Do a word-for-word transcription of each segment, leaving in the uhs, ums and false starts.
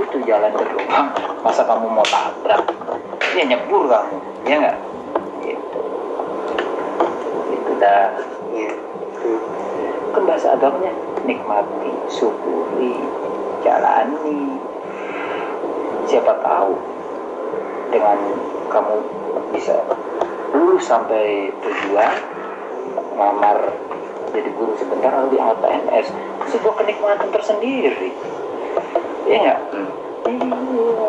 tuh jalan ke lubang, masa kamu mau tabrak? Ya nyebur kamu, ya nggak? Gitu. Itu dah. Gitu. Kan bahasa agamanya nikmati, syukuri, jalani. Siapa tahu dengan kamu bisa lulus sampai tujuan, ngamar jadi guru sebentar lalu diangkat P N S, sebuah kenikmatan tersendiri. Iya nggak? Hmm. Iya.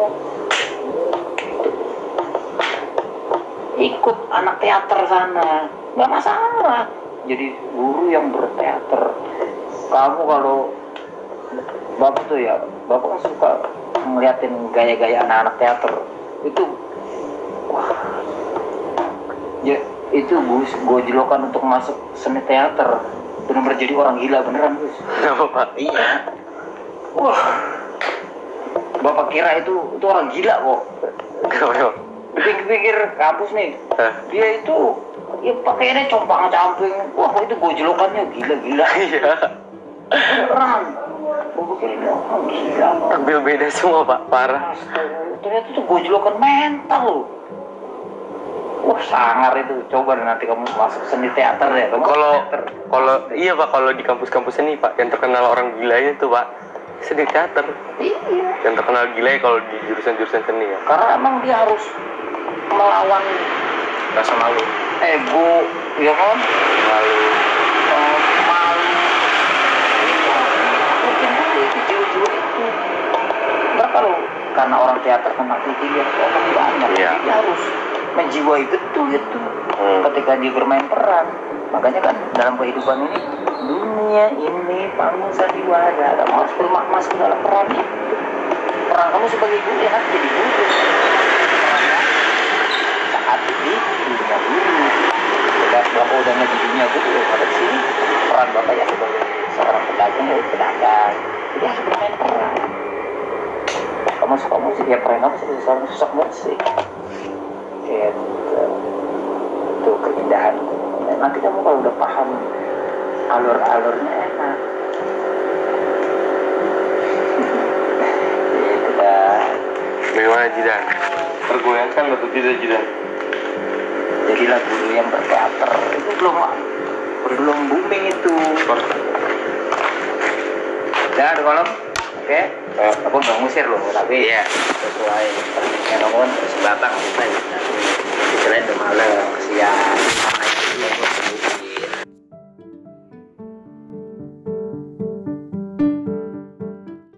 Ikut anak teater sana, nggak masalah. Jadi guru yang berteater. Kamu kalau bapak tuh ya, bapak kan suka ngeliatin gaya-gaya anak-anak teater itu, wah, ya itu Gus, gojlokan untuk masuk seni teater, benar-benar jadi orang gila beneran Gus. Kenapa Pak? Iya. Wah, bapak kira itu itu orang gila kok. Kenapa? Pikir-pikir kampus nih, Hah? dia itu ya pakaiannya compang-camping, wah itu gojlokannya gila-gila. Iya. Beneran. Gue pikir ini orang gila. Tampil beda semua Pak, parah. Ternyata itu gojlokan mental loh. Wah sangar itu, coba nanti kamu masuk seni teater ya. Kalau kalau iya Pak, kalau di kampus-kampus ini Pak, yang terkenal orang gilanya tuh Pak, seni teater. Iya. Yang terkenal gilanya kalau di jurusan-jurusan seni ya. Karena emang dia harus melawan Rasa malu. ego, ya kan? Malu. Uh, malu. Mungkin aja itu jiwa-jiwa itu. Berapa loh? Karena orang teater kan aktif dia orang banyak. Iya. Dia harus menjiwai betul itu hmm. ketika dia bermain peran. Makanya kan dalam kehidupan ini, dunia ini panggung sandiwara, kamu harus bermakna dalam peran itu. Peran kamu sebagai guru ya nanti jadi guru. Saat ini dunia guru, dan bapak udah di dunia guru, pada sini peran bapak ya sebagai seorang pedagang ya pedagang. Jadi harus bermain peran. Kamu suka musik ya peran kamu sebagai seorang sosok musik. Gitu. Itu keindahan. Nanti kamu kalau udah paham alur-alurnya enak. Gitu dah. Bagaimana Jidan? Tergoyangkan atau tidak Jidan? Jadilah guru yang berteater. Itu belum belum booming itu. Dah ada kolom. Oke, okay. Oh. Aku nggak ngusir loh, tapi ya sesuai permintaan kamu sebatang kita. Selain udah malam, kesian,